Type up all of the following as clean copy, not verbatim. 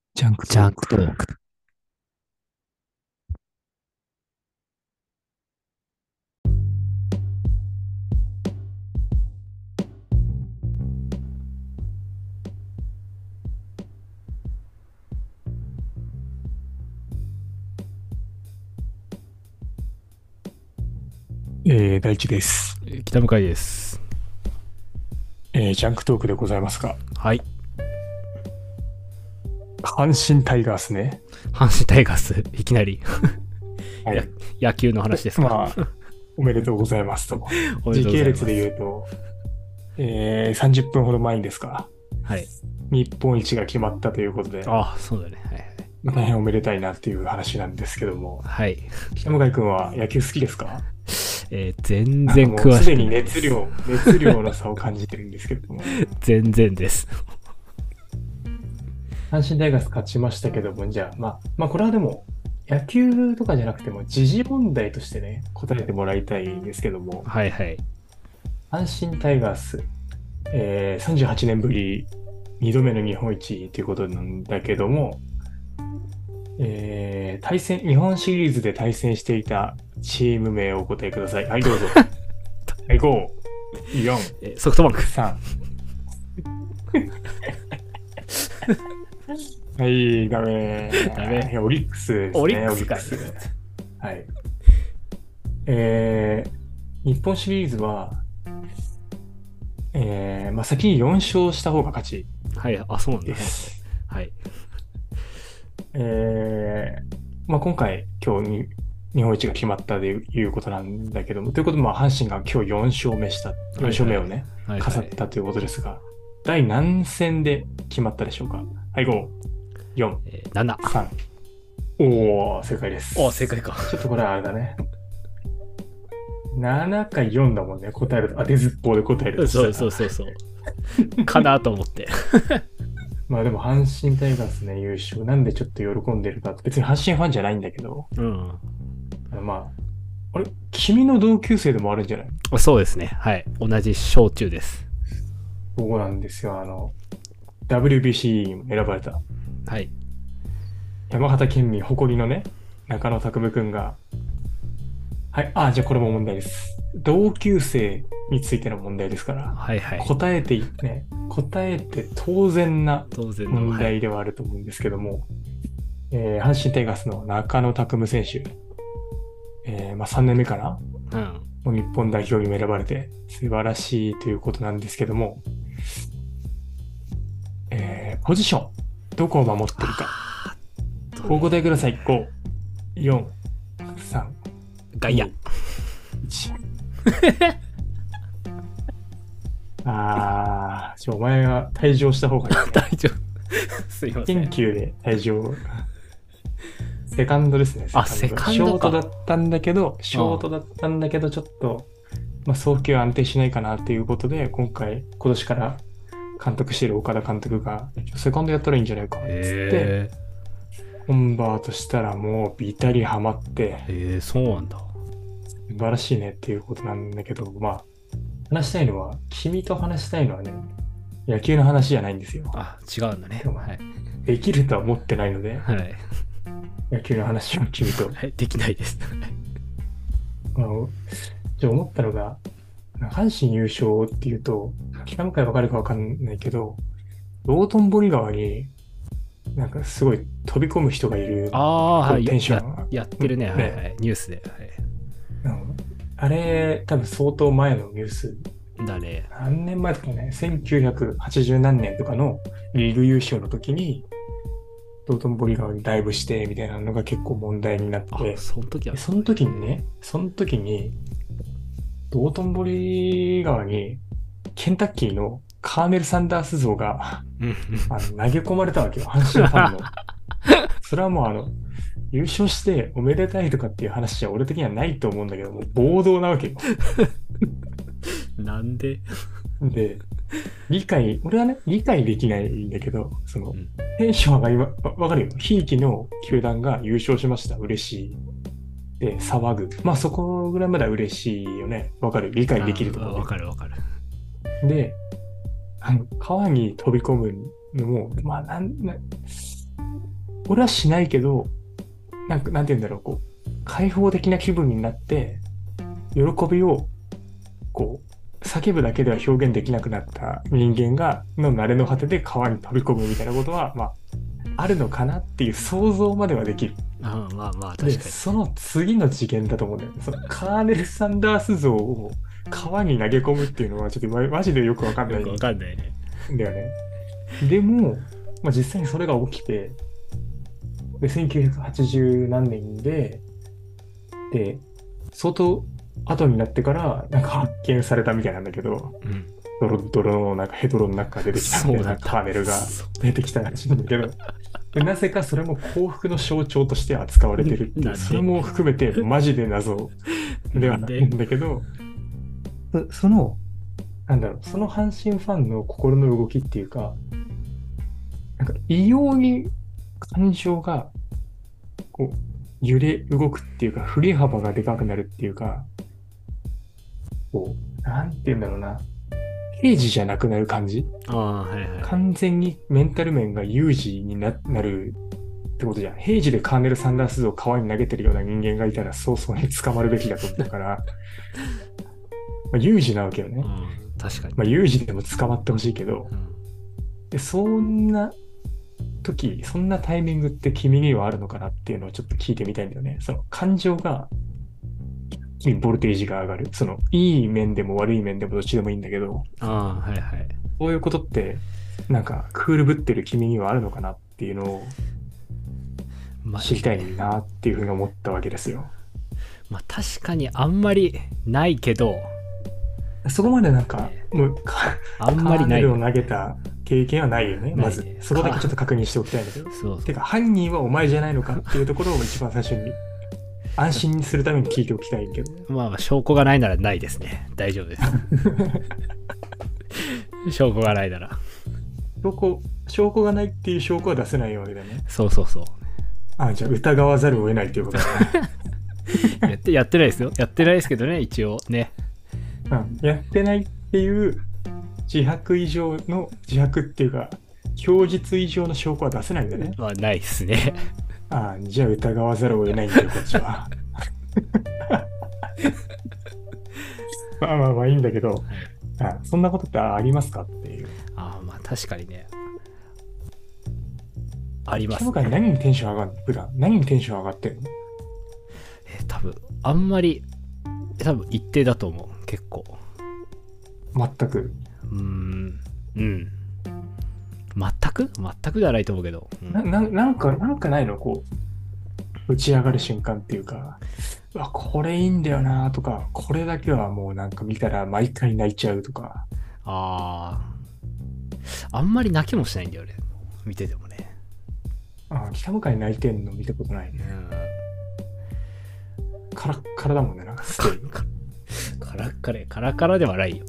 ジャンクジャントーク。 クトーク。 大地です。 北向かいです。 ジャンクトークでございますが、 はい。 阪神タイガースね。 阪神タイガース、いきなりや、 はい。 野球の話ですか？ まあ、おめでとうございますと。 おめでとうご時系列でざいます。 言うと、30分ほど前にですか、 はい。 日本一が決まったということで、 ああ、そうだね。はいはい。 大変おめでたいなっていう話なんですけども、 はい。 北向井君は野球好きですか？ 全なんか然詳しくもうすでにないです。 熱量の差を感じてるんですけども、 全然です。 阪神タイガース勝ちましたけども、じゃあ、これはでも、野球とかじゃなくても、時事問題としてね、答えてもらいたいんですけども、 はいはい。 阪神タイガース、38年ぶり2度目の日本一ということなんだけども、日本シリーズで対戦していたチーム名をお答えください。はい、どうぞ。はい、5、4、 ソフトバンク。 3。はい、ダダメ。 メ。いや、オリックスでオすね、オリックスかい。 リックス。はい。え日本シリーズは、先に4勝した方が勝ちはい。あ、そうなんだ。はいはい。 です。 はい。 今回、今日に日本一が決まったということなんだけども、ということで、阪神が今日4勝目した、4 はいはい。 勝目をね、 はいはい。 飾ったということですが、第何戦で決まったでしょうか？はい、5、4、 7。 3。おー、正解でお、正解す。 か。 ちょっとこれはあれだね。7か4だもんね、答えると。当てずっぽうで答えるとしそうたら。 そうそうそう。かなと思って。 まあでも阪神タイガースね、優勝。なんでちょっと喜んでるかって、別に阪神ファンじゃないんだけど、 うん。 まあれ、君の同級生でもあるんじゃない？ そうですね。はい。同じ小中です。 そうなんですよ。WBC にも選ばれたはい。 山形県民誇りのね、中野拓夢くんが、はい、じゃあこれも問題です。同級生についての問題ですから、 はいはい。 答えて当然な当然の、はい。 問題ではあると思うんですけども、阪神タイガースの中野拓夢選手、3年目かな、 うん。 もう日本代表にも選ばれて素晴らしいということなんですけども、ポジション、どこを守ってるか。お答えください。5、4、3、 外野。 2、1。お前は退場した方がいいね。 大丈夫。すいません。 緊急で退場。セカンドですね、セあ、 カンド。 セカショートだンドか。 ったんだけど、シうん。 ョートだったんだけど、ちょっと、送球安定しないかなっていうことで、今年から監督している岡田監督が、セカンドやったらいいんじゃないかっつって、 へコンバートしたらもうビタリハマって、 え。へえ、そうなんだ。 素晴らしいねっていうことなんだけど、君と話したいのはね、野球の話じゃないんですよ。 あ、違うんだね。 てかはい。 できるとは思ってないので、 はい。 野球の話を君と。 はい、できないです。 あの、思ったのが、阪神優勝っていうと、北向井わかるかわかんないけど、道頓堀川になんかすごい飛び込む人がいる、 ああ、 こうはい。 テンションが、 やってるね。はいはね、 い。ニュースで。はあれ多分相当前のニュース、 い。だね。 何年前とかね、1980何年とかのリーグ優勝の時に、道頓堀川にダイブしてみたいなのが結構問題になっあ、 て、 その時あったんだ。 その時に、道頓堀川にケンタッキーのカーネル・サンダース像がうん。 投げ込まれたわけよ、阪神ファンの。それはもう優勝しておめでたいとかっていう話じゃ俺的にはないと思うんだけど、もう暴動なわけよ。 なんで？ で、俺はね、理解できないんだけど、 うん。 テンション上がりわかるよ。ひいきの球団が優勝しました。嬉しい。で、騒ぐ。そこぐらいまでは嬉しいよね。わかる。理解できると思あ、わうよ。 かるわかる。 で、川に飛び込むのも、 俺はしないけど、なんて言うんだろう、こう、開放的な気分になって、喜びを、こう、叫ぶだけでは表現できなくなった人間の慣れの果てで川に飛び込むみたいなことは、まあ、あるのかなっていう想像まではできる。 あまあまあ、確かで、 に。 その次の次元だと思うんだよね。そのカーネル・サンダース像を川に投げ込むっていうのは、ちょっとマジでよくわかんないんよくわかんないね。 だよね。でも、まあ、実際にそれが起きて、で、1980何年で、相当後になってから、なんか発見されたみたいなんだけど、 うん。 ドロドロのなんかヘドロの中から出てきたみたいなカーネルが出てきたらしいんだけど、でなぜかそれも幸福の象徴として扱われてるっていう、 なんでそれも含めてマジで謎ではないんだけど、その、なんだろう、その阪神ファンの心の動きっていうか、なんか異様に感情がこう揺れ動くっていうか、振り幅がでかくなるっていうか、こう、なんて言うんだろうな、平時じゃなくなる感じ。 ああ、はいはい。 完全にメンタル面が有事になるってことじゃん。平時でカーネル・サンダース像を川に投げてるような人間がいたら早々に捕まるべきだと思うから、まあ、有事なわけよね。 うん、確かに。 まあ、有事でも捕まってほしいけど、 うん、 で、そんな時、そんなタイミングって君にはあるのかなっていうのをちょっと聞いてみたいんだよね。その感情が、一気にボルテージが上がる。その、いい面でも悪い面でもどっちでもいいんだけど、 ああ、はいはい。 そういうことって、なんか、クールぶってる君にはあるのかなっていうのをまあ、 知りたいなっていうふうに思ったわけですよ。 まあ、確かにあんまりないけど、 そこまでなんか、もう、 あんまりないカーネルを投げた経験はないよね、まず。 ないねそこだけちょっと確認しておきたいんだけど。 そうてか、犯人はお前じゃないのかっていうところを一番最初に、安心するために聞いておきたいけど。 まあ、証拠がないならないですね。大丈夫です。証拠がないなら。 証拠がないっていう証拠は出せないわけだね。 そうそうそう。 あ、じゃあ疑わざるを得ないということだね。 やってないですよ。やってないですけどね、一応ね。 うん、やってないっていう自白っていうか、供述以上の証拠は出せないんだね。 まあ、ないですね。 あ、じゃあ疑わざるを得ないんだよ、こっちは。まあまあまあいいんだけど、そんなことってありますかっていう。 ああ、まあ確かにね。あります今回何にテンション上がる普段何にテンション上がってるの？ 多分、あんまり、多分一定だと思う。結構。 全く。 うん。全くではないと思うけど。うんなんかないのこう、打ち上がる瞬間っていうか、うわ、これいいんだよなとか、これだけはもうなんか見たら毎回泣いちゃうとか。 ああ。あんまり泣きもしないんだよね。見ててもね。 北向かい泣いてんの見たことないね。カラッカラだもんね、なんかすごい。 カラカラではないよ。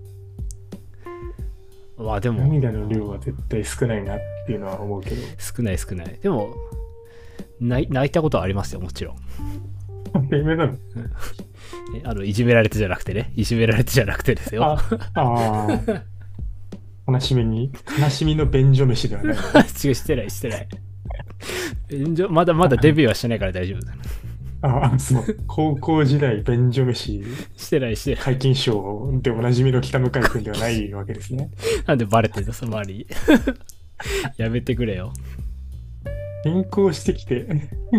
まあでも。 涙の量は絶対少ないなっていうのは思うけど。 少ない。でも、泣いたことはありますよ、もちろん。 有名なの？ いじめられてじゃなくてね。いじめられてじゃなくてですよ。 悲しみの便所飯ではないの。 違う、してない。まだデビューはしてないから大丈夫だ。 そう。高校時代、便所飯。 してない。 解禁賞でおなじみの北向井君ではないわけですね。 なんでバレてるの、その周り。やめてくれよ。 転校してきて、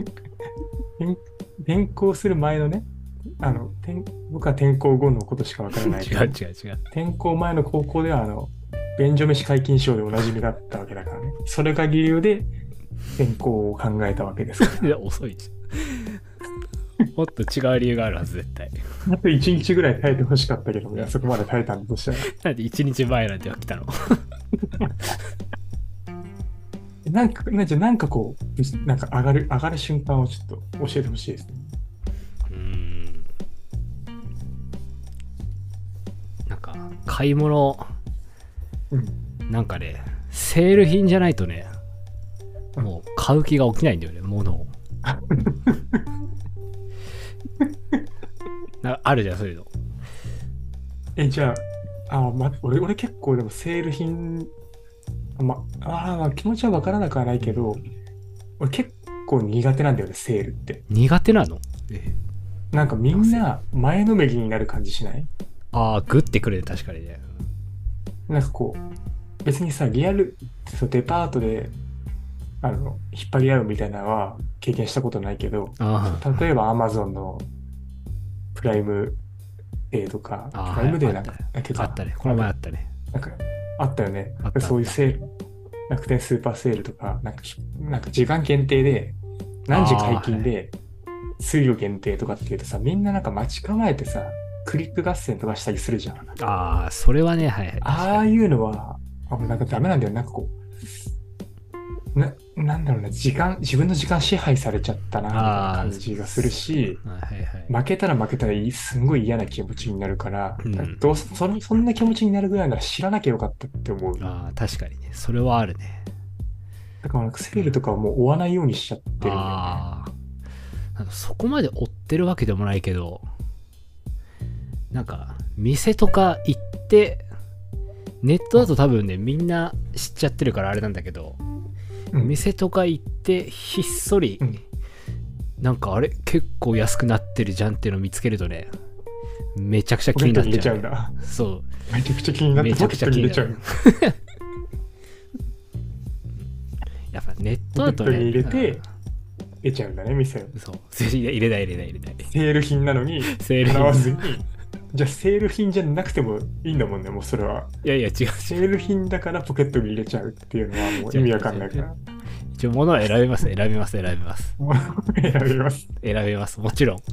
転校する前のね、僕は転校後のことしかわからないけど。 違う。 転校前の高校では、便所飯解禁賞でおなじみだったわけだからね。それが理由で、転校を考えたわけですから。 いや、遅いし。もっと違う理由があるはず、絶対。 あと1日ぐらい耐えてほしかったけど、いや、そこまで耐えたんだとしたら。 なんで1日前なんて来たの？ なんかこう、なんか上がる瞬間をちょっと教えてほしいですね。 なんか、買い物、 うん、なんかね、セール品じゃないとね、もう買う気が起きないんだよね、物を。あるじゃん、そういうの。 じゃあ、俺結構でもセール品、気持ちはわからなくはないけど、 俺結構苦手なんだよね、セールって。 苦手なの？え、 なんかみなぜ？ んな前のめりになる感じしない？ ああ、グッてくるね、確かにね。 なんかこう、別にさ、リアル、そうデパートで、引っ張り合うみたいなのは経験したことないけど、 あ例えばアマゾンのプライムデーとか、 あ、ああ、はい、 プライムデーなんか、 あったね。 だけど、 あったね。この前あったね。 なんか、あったよね。 あったあった。 そういうセール、楽天スーパーセールとか、なんか時間限定で、何時解ああ、はい。 禁で、数量限定とかって言うとさ、みんななんか待ち構えてさ、クリック合戦とかしたりするじゃん。 ああ、それはね、はいはい、確かに。 ああいうのは、なんかダメなんだよ。なんかこなんだろうね、自分の時間支配されちゃったな、みたいなああ、 感じがするし、 はいはい。 負けたら負けたらすんごい嫌な気持ちになるから、 うん。 どうせそんな気持ちになるぐらいなら知らなきゃよかったって思う。 ああ、確かにね。それはあるね。 だからなんかセうん。 ールとかはもう追わないようにしちゃってるんだよね。 ああ、なんかそこまで追ってるわけでもないけど、なんか、店とか行って、ネットだと多分ね、みんな知っちゃってるからあれなんだけど、 うん、 店とか行ってひっそり、 うん。 なんかあれ結構安くなってるじゃんっていうのを見つけるとね、めちゃくちゃ気にポケットに入れなっちゃうね。 ちゃうんだ。 そめちゃくちゃ気にう、 なってめちゃくポケットにちゃ気になる。 入れちゃう。 やっぱネットポケットにだとね、 入れて、出ちゃうんだね、店。 そう、入れない。 セール品なのに、 セール払わ品。 ずに、じゃあセール品じゃなくてもいいんだもんね、もうそれは。 いやいや、違う違う。 セール品だからポケットに入れちゃうっていうのはもう違う違う意味わかんない違う。 から。 一応物は選べます。 もう選びます。 選べます。もちろん。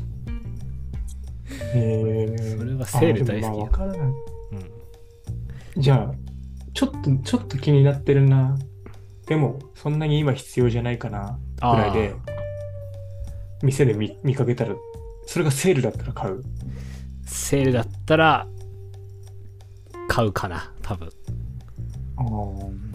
それはセールでもまあ大好きや。 わからない。 うん。 じゃあ、ちょっと気になってるな。でも、そんなに今必要じゃないかな、ぐらいで、 ああ、 店で見かけたら、それがセールだったら買う。 セールだったら買うかな、多分。 あー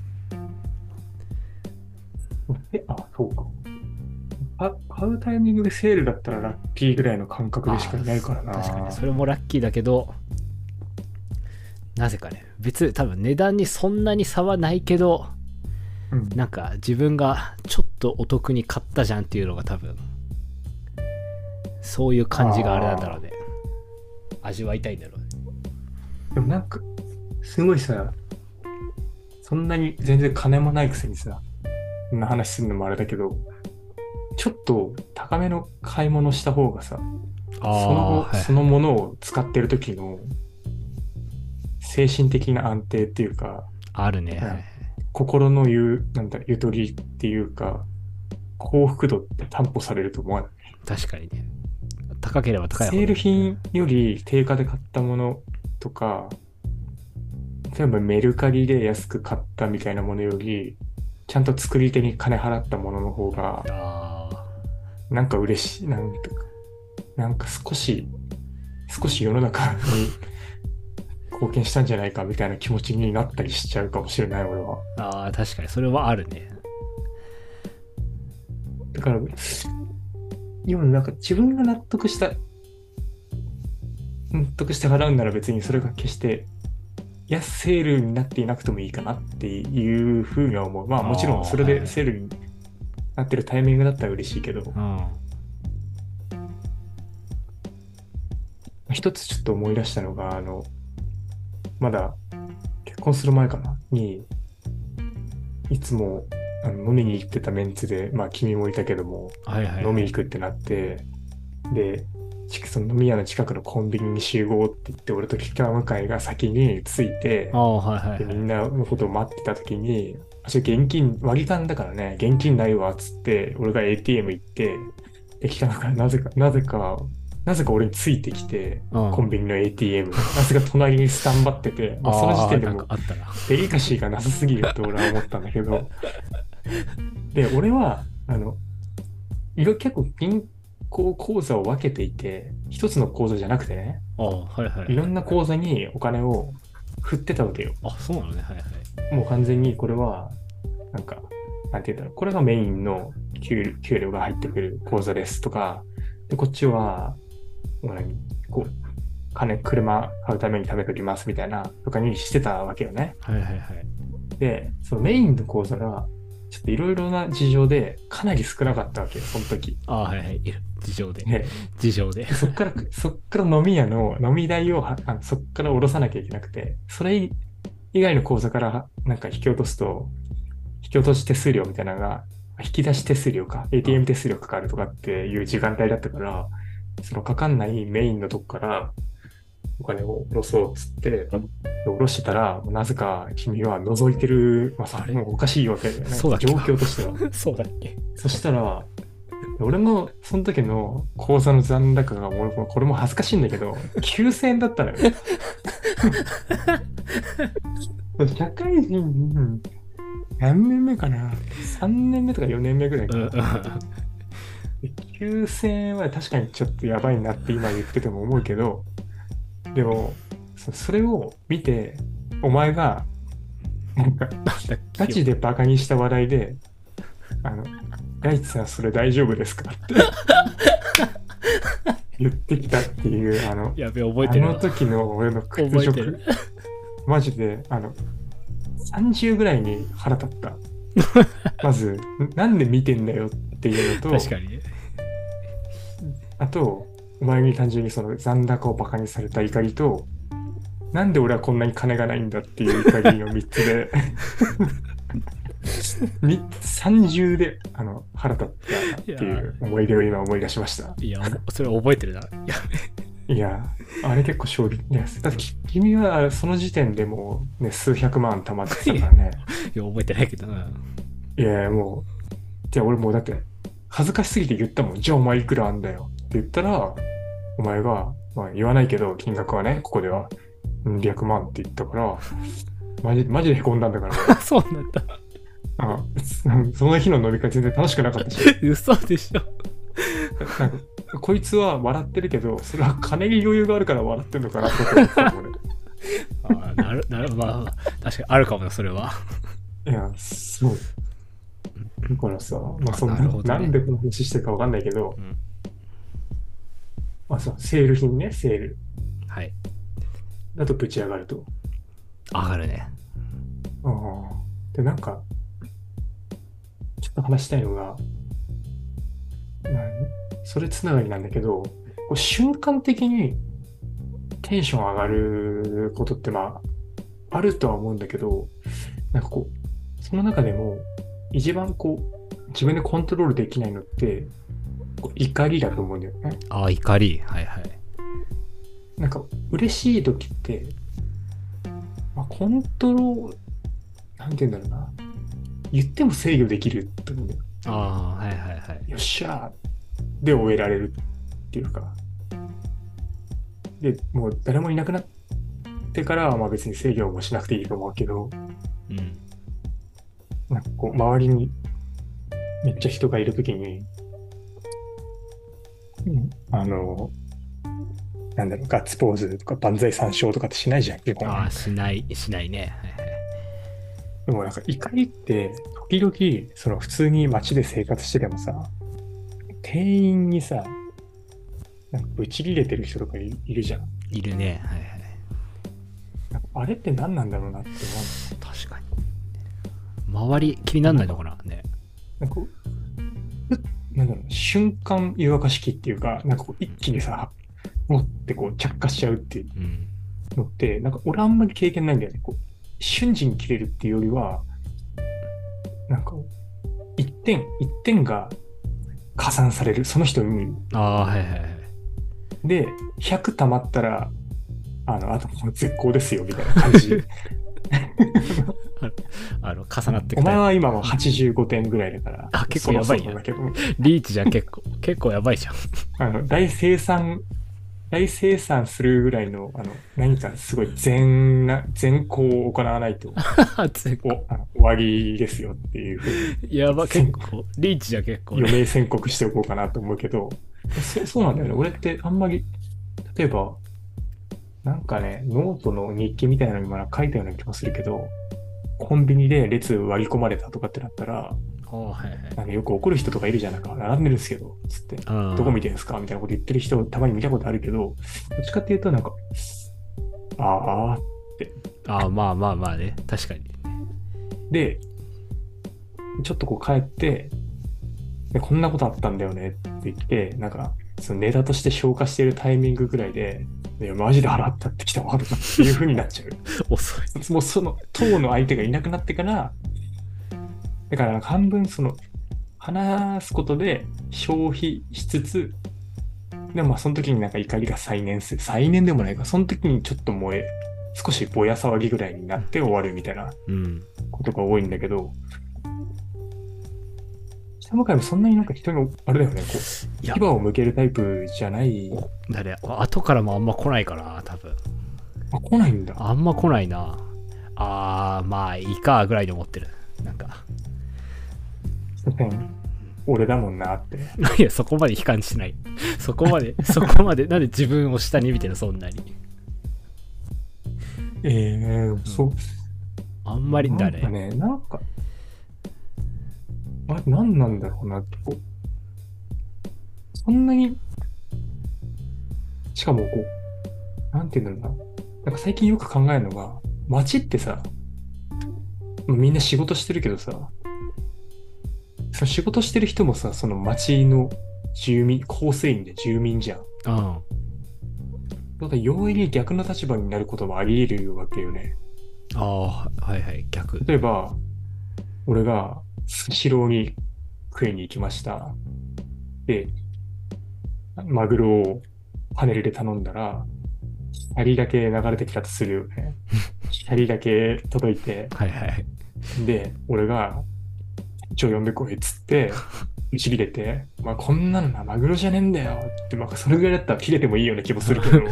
そうか。買うタイミングでセールだったらラッキーぐらいの感覚でしかああ、 いないから確かに。 な。 それもラッキーだけど、なぜかね、別、多分値段にそんなに差はないけど、 うん。 なんか自分がちょっとお得に買ったじゃんっていうのが多分、そういう感じがあれなんだろうああ。 ね。味わいたいんだろうね。 でもなんか、すごいさ、そんなに全然金もないくせにさ、こんな話するのもあれだけど、ちょっと高めの買い物した方がさ、 ああ、はいはい。 そのものを使ってる時の精神的な安定っていうか、 あるね、はい。 うん、心のゆとりっていうか、幸福度って担保されると思わない？ 確かにね。高ければ高いほセーどね。 ル品より定価で買ったものとか、例えばメルカリで安く買ったみたいなものより、ちゃんと作り手に金払ったものの方が、 ああ、 なんか嬉しい、なんか少し世の中に貢献したんじゃないかみたいな気持ちになったりしちゃうかもしれない、俺は。 ああ、確かにそれはあるね。 だから、今なんか自分が納得して払うんなら別にそれが決して、セールになっていなくてもいいかなっていうふうには思う。まああもちろんあ、 それはいはい。 でセールになってるタイミングだったら嬉しいけど、 うん。 一つちょっと思い出したのが、まだ結婚する前かなに、いつも飲みに行ってたメンツで、まあ君もいたけども、 はいはい飲みはい。 行くってなって、で、その飲み屋の近くのコンビニに集合って言って、俺と北向井が先に着いて、 ああ、はいはいで、みはい。 んなのことを待ってた時に、現金、割り勘だからね、現金ないわ、っつって、俺が ATM 行って、で、北向井なぜか俺についてきて、 うん。 コンビニの ATM、なぜか隣にスタンバってて、まあその時ああ、なん点でもうかあったな。 デリカシーがなさすぎるって俺は思ったんだけど、で、俺は、結構銀行口座を分けていて、一つの口座じゃなくてね、 ああ、はいはいはい。 いろんな口座にお金を振ってたわけよ。 あ、そうなのね。はいはい。 もう完全にこれは、なんか、なんて言うんだろう。これがメインの給料が入ってくる口座ですとか、で、こっちは、もうこう、車買うために貯めときますみたいな、とかにしてたわけよね。 はいはいはい。 で、そのメインの口座が、 ちょっといろいろな事情でかなり少なかったわけよ、その時。 ああ、はいはい。いる。事情で。 ね、 事情で。 そっから飲み屋の飲み代をそっから下ろさなきゃいけなくて、それ以外の口座からなんか引き落とすと、引き落とし手数料みたいなのが、引き出し手数料か、 あ ATM 手数料かかるとかっていう時間帯だったから、そのかかんないメインのとこからお金を下ろそうっつって、下ろしてたら、なぜか君は覗いてる、まあ、 あれもうおかしいわけだよね。 そうだっけ状況としては。 そうだっけ。 そしたら、俺のその時の口座の残高がもう、これも恥ずかしいんだけど、9000円だったのよ。社会人、何年目かな？ 3 年目とか4年目ぐらいかな。 うんうん。 9000円は確かにちょっとやばいなって今言ってても思うけど、でも、それを見て、お前が、なんか、 なんだっけ。 ガチでバカにした話題で、あの、大地さんそれ大丈夫ですかって言ってきたっていう、 やべえ、覚えてるわ。 あの時の俺の屈辱、 覚えてる。 マジで、30ぐらいに腹立った。まず、なんで見てんだよっていうのと、 確かにね。 あと、お前に単純にその残高をバカにされた怒りと、なんで俺はこんなに金がないんだっていう怒りの3つで30で腹立ったっていう思い出を今思い出しました。 いや、それ覚えてるな。 いや、あれ結構衝撃です。だって君はその時点でもうね、数百万貯まってたからね。 いや、覚えてないけどな。 いや、もう、じゃあ俺もうだって恥ずかしすぎて言ったもん。じゃあお前いくらあんだよって言ったら、お前が、まあ言わないけど、金額はね、ここでは、200万って言ったから、マジで凹んだんだから、 あ、そうなんだ。 あ、その日の飲み会全然楽しくなかったし、 嘘でしょ。 なんか、こいつは笑ってるけど、それは金に余裕があるから笑ってんのかなって思ってたもんね。 なる、まあ、確かにあるかもな、それは。 いや、そう。だからさ、まあそんな、 なるほどねなんでこの話してるかわかんないけど、 うん。 まあさ、セール品ね、セール。 はい。 だとぶち上がると。 上がるね。 ああ。で、なんか、ちょっと話したいのが、それつながりなんだけど、こう瞬間的にテンション上がることってまあ、あるとは思うんだけど、なんかこう、その中でも、一番こう、自分でコントロールできないのって、こう怒りだと思うんだよね。 ああ、怒り。はいはい。 なんか、嬉しい時って、まあ、コントロール、なんて言うんだろうな。言っても制御できると思うんだよ。 ああ、はいはいはい。 よっしゃーで終えられるっていうか。で、もう誰もいなくなってからはまあ別に制御もしなくていいと思うけど、 うん。 なんかこう、周りにめっちゃ人がいるときに、なんだろう、ガッツポーズとか万歳三唱とかってしないじゃん、基本。 ああ、しない、しないね。はいはい。 でもなんか怒りって、時々、その普通に街で生活しててもさ、店員にさ、なんかブチ切れてる人とかいるじゃん。 いるね。はいはい。 なんかあれって何なんだろうなって思確かに。周り気になんないのかなね。 う。なんかこう、なんだろう、瞬間湯沸かし器っていうか、なんかこう一気にさ、持ってこう着火しちゃうっていううん。 のって、なんか俺あんまり経験ないんだよね。こう瞬時に切れるっていうよりは、なんか一点が加算される、その人に。 ああ、はいはいはい。 で、100溜まったら、あともう絶好ですよ、みたいな感じ。 重なってくおタイプ。 前は今も85点ぐらいだから、 あ結構やばいやんそろそろだけど、 リーチじゃん、結構。結構やばいじゃん。 大生産するぐらいの、何かすごい善行を行わないと、 結構終わりですよっていうふうに、 やば、結構。リーチじゃん、結構、 余命宣告しておこうかなと思うけど、そうなんだよね。俺ってあんまり、例えば、なんかね、ノートの日記みたいなのにまだ書いたような気もするけど、コンビニで列割り込まれたとかってなったら、 ああ、はいはい。 なんかよく怒る人とかいるじゃん。なんか、並んでるんですけど、つって、 ああどこ見てんすかみたいなこと言ってる人たまに見たことあるけど、どっちかっていうとなんか、ああ、 ああ、まあまあまあね。確かに。 で、 ちょっとこう帰って、で、こんなことあったんだよねって言って、なんか、そのネタとして消化してるタイミングぐらいで、いや、マジで腹立ってきたわ、とかっていう風になっちゃう。 遅い。 もうその、当の相手がいなくなってから、だから半分その、話すことで消費しつつ、でもまあその時になんか怒りが再燃する。再燃でもないか。その時にちょっと燃え、少しぼや騒ぎぐらいになって終わるみたいなうん。 ことが多いんだけど、北向井もそんなになんか人に、あれだよね、こう、 いや、 牙を向けるタイプじゃない。 後からもあんま来ないから、多分。 あ、来ないんだ。 あんま来ないな。まあ、いいか、ぐらいで思ってる。なんか。 所詮俺だもんなって。 いや、そこまで悲観しない。そこまで、そこまで、なんで自分を下に見てる、そんなに。 そう。 あんまりなだね。 んかね、なんか、何なんだろうなって、こう、そんなに、しかもこう、なんていうんだろうな。なんか最近よく考えるのが、街ってさ、みんな仕事してるけどさ、その仕事してる人もさ、その街の住民、構成員で住民じゃん。 うん。 だから容易に逆の立場になることもあり得るわけよね。 はいはい、逆。 例えば、俺がスシローに食いに行きました。で、マグロをパネルで頼んだら、シャリだけ流れてきたとするよね。シャリだけ届いて、 はいはい。 で、俺が、呼んでこいっつって、打ち切れて、まあこんなのな、マグロじゃねえんだよって、まあそれぐらいだったら切れてもいいような気もするけど。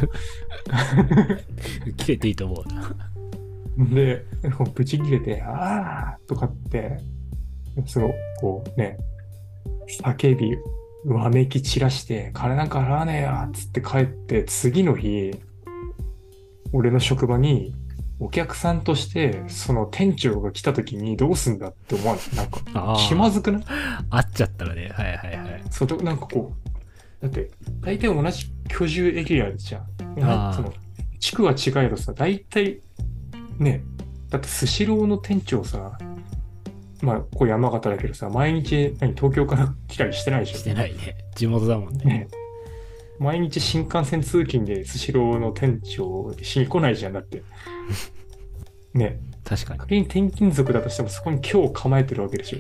切れていいと思うな。 で、ブチ切れて、あーとかって、その、こうね、叫び、わめき散らして、金なんか払わねえよっつって帰って、次の日、俺の職場に、お客さんとして、その店長が来た時にどうすんだって思わない？なんか、気まずくない？ 会っちゃったらね。はいはいはい。 そう、なんかこう、だって、大体同じ居住エリアじゃん。その、地区は違えどさ、大体、ね、だってスシローの店長さ、まあ、こう山形だけどさ、毎日、東京から来たりしてないでしょ。 してないね。地元だもんね。 ね、毎日新幹線通勤でスシローの店長しに来ないじゃん、だって。ね。 確かに。 仮に転勤族だとしてもそこに今日構えてるわけでしょ。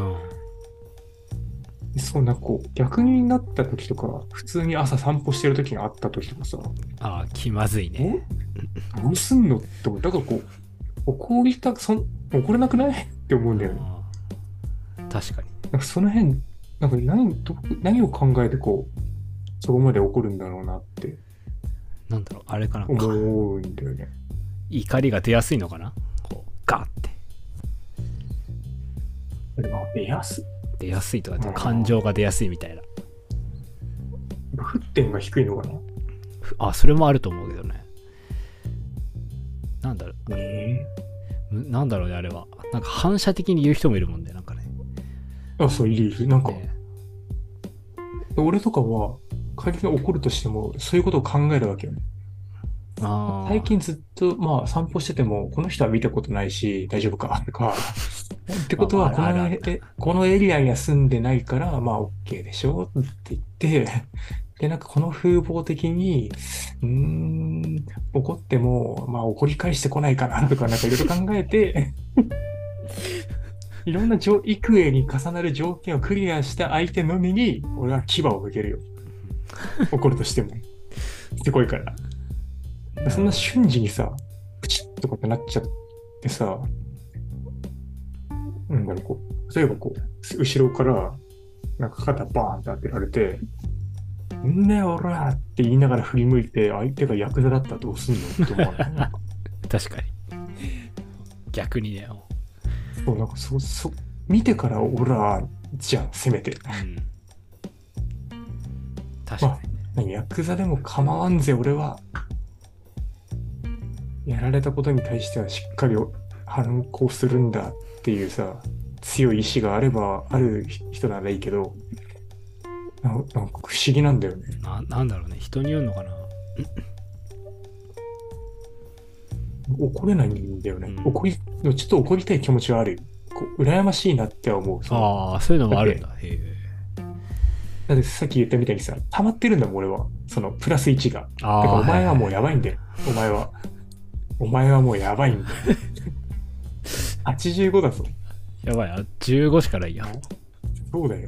そう、なんかこう、逆になった時とか、普通に朝散歩してる時に会った時とかさ、 気まずいね。 どうすんのって思う。だからこう、怒れなくないって思うんだよね。 確かに。 なんかその辺、なんか何を考えてこう、そこまで怒るんだろうなって。 なんだろう、あれかな。 思うんだよね。 怒りが出やすいのかな、こう、ガーって。出やすいとか、感情が出やすいみたいな。 沸点が低いのかな。 それもあると思うけどね。なんだろう。なんだろうね、あれは。なんか反射的に言う人もいるもんね、なんかね。 そう、いる。なんか、俺とかは、仮に怒るとしても、そういうことを考えるわけよね。最近ずっと、まあ、散歩してても、この人は見たことないし、大丈夫かとか、ってことは、このエリアには住んでないから、まあ、OK でしょって言って、で、なんかこの風貌的に、怒っても、まあ、怒り返してこないかなとか、なんかいろいろ考えて、いろんな幾重に重なる条件をクリアした相手のみに、俺は牙を向けるよ。怒るとしても。すごいから。そんな瞬時にさ、プチッとかってなっちゃってさ、なんだろう、こう、例えばこう、後ろから、なんか肩バーンって当てられて、んだよ、おらって言いながら振り向いて、相手がヤクザだったらどうすんのって思わない？ 確かに。逆にね。 そう、なんか見てからオラじゃん、せめて。 確かに、 ヤクザでも構わんぜ、俺は。やられたことに対してはしっかり反抗するんだっていうさ、強い意志がある人ならいいけど、なんか不思議なんだよね。 なんだろうね、人によるのかな。 怒れないんだよね。ちょっと怒りたい気持ちはある。 構羨ましいなって思う。 ああ、そういうのもあるんだ。へえ。 だってさっき言ったみたいにさ、溜まってるんだもん、俺は。そのプラス1が。 ああ、 だからお前はもうはいはい。 やばいんだよ。お前は。お前はもうやばいんだよ。85だぞ。 やばい、15しかないや。 そうだよ。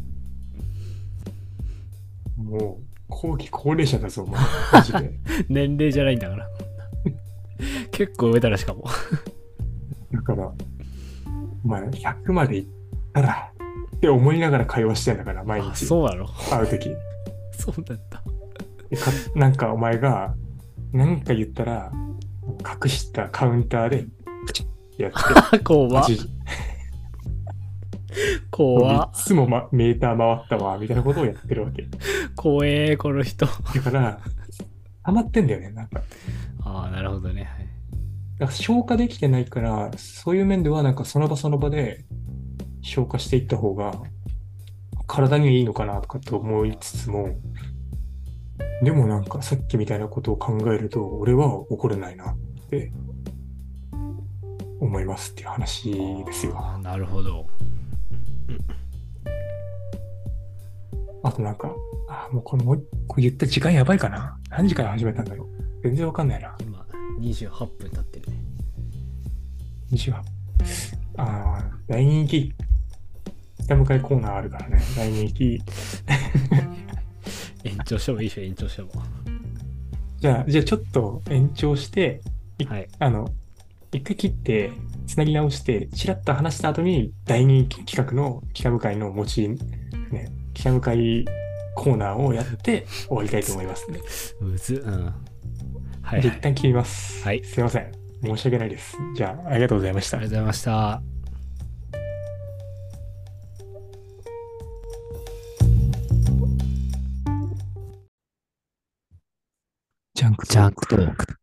もう、後期高齢者だぞ、お前。マジで。 年齢じゃないんだから。結構上だな、しかも。 だから、お前、100までいったら、って思いながら会話してんだから、毎あ、 日。 そうなの？ 会うとき。 そうなんだ。 なんかお前が、なんか言ったら、隠したカウンターで、プチッってやって、 怖っ。 8時、3 怖っ。 つも、メーター回ったわ、みたいなことをやってるわけ。 怖え、この人。 だから、溜まってんだよね、なんか。 ああ、なるほどね。はい。 だから消化できてないから、そういう面では、なんかその場その場で消化していった方が、体にいいのかなとかと思いつつも、でもなんかさっきみたいなことを考えると、俺は怒れないなって思いますっていう話ですよ。 ああ、なるほど。 あとなんか、もうこれもう一個言った時間やばいかな。何時から始めたんだろう。全然わかんないな。 今、28分経ってるね。 28。大人気、北向かいコーナーあるからね。大人気。 延長してもいいでしょ、延長しても。 じゃあちょっと延長して、 はい。 一回切って、つなぎ直して、ちらっと話した後に、大人気企画の北向かいの北向かいコーナーをやって終わりたいと思いますね。 むず。うん。はいじゃあはい。 一旦切ります。 はい。 すいません。申し訳ないです。じゃあ、ありがとうございました。 ありがとうございました。 ジャンクジャンクトーク。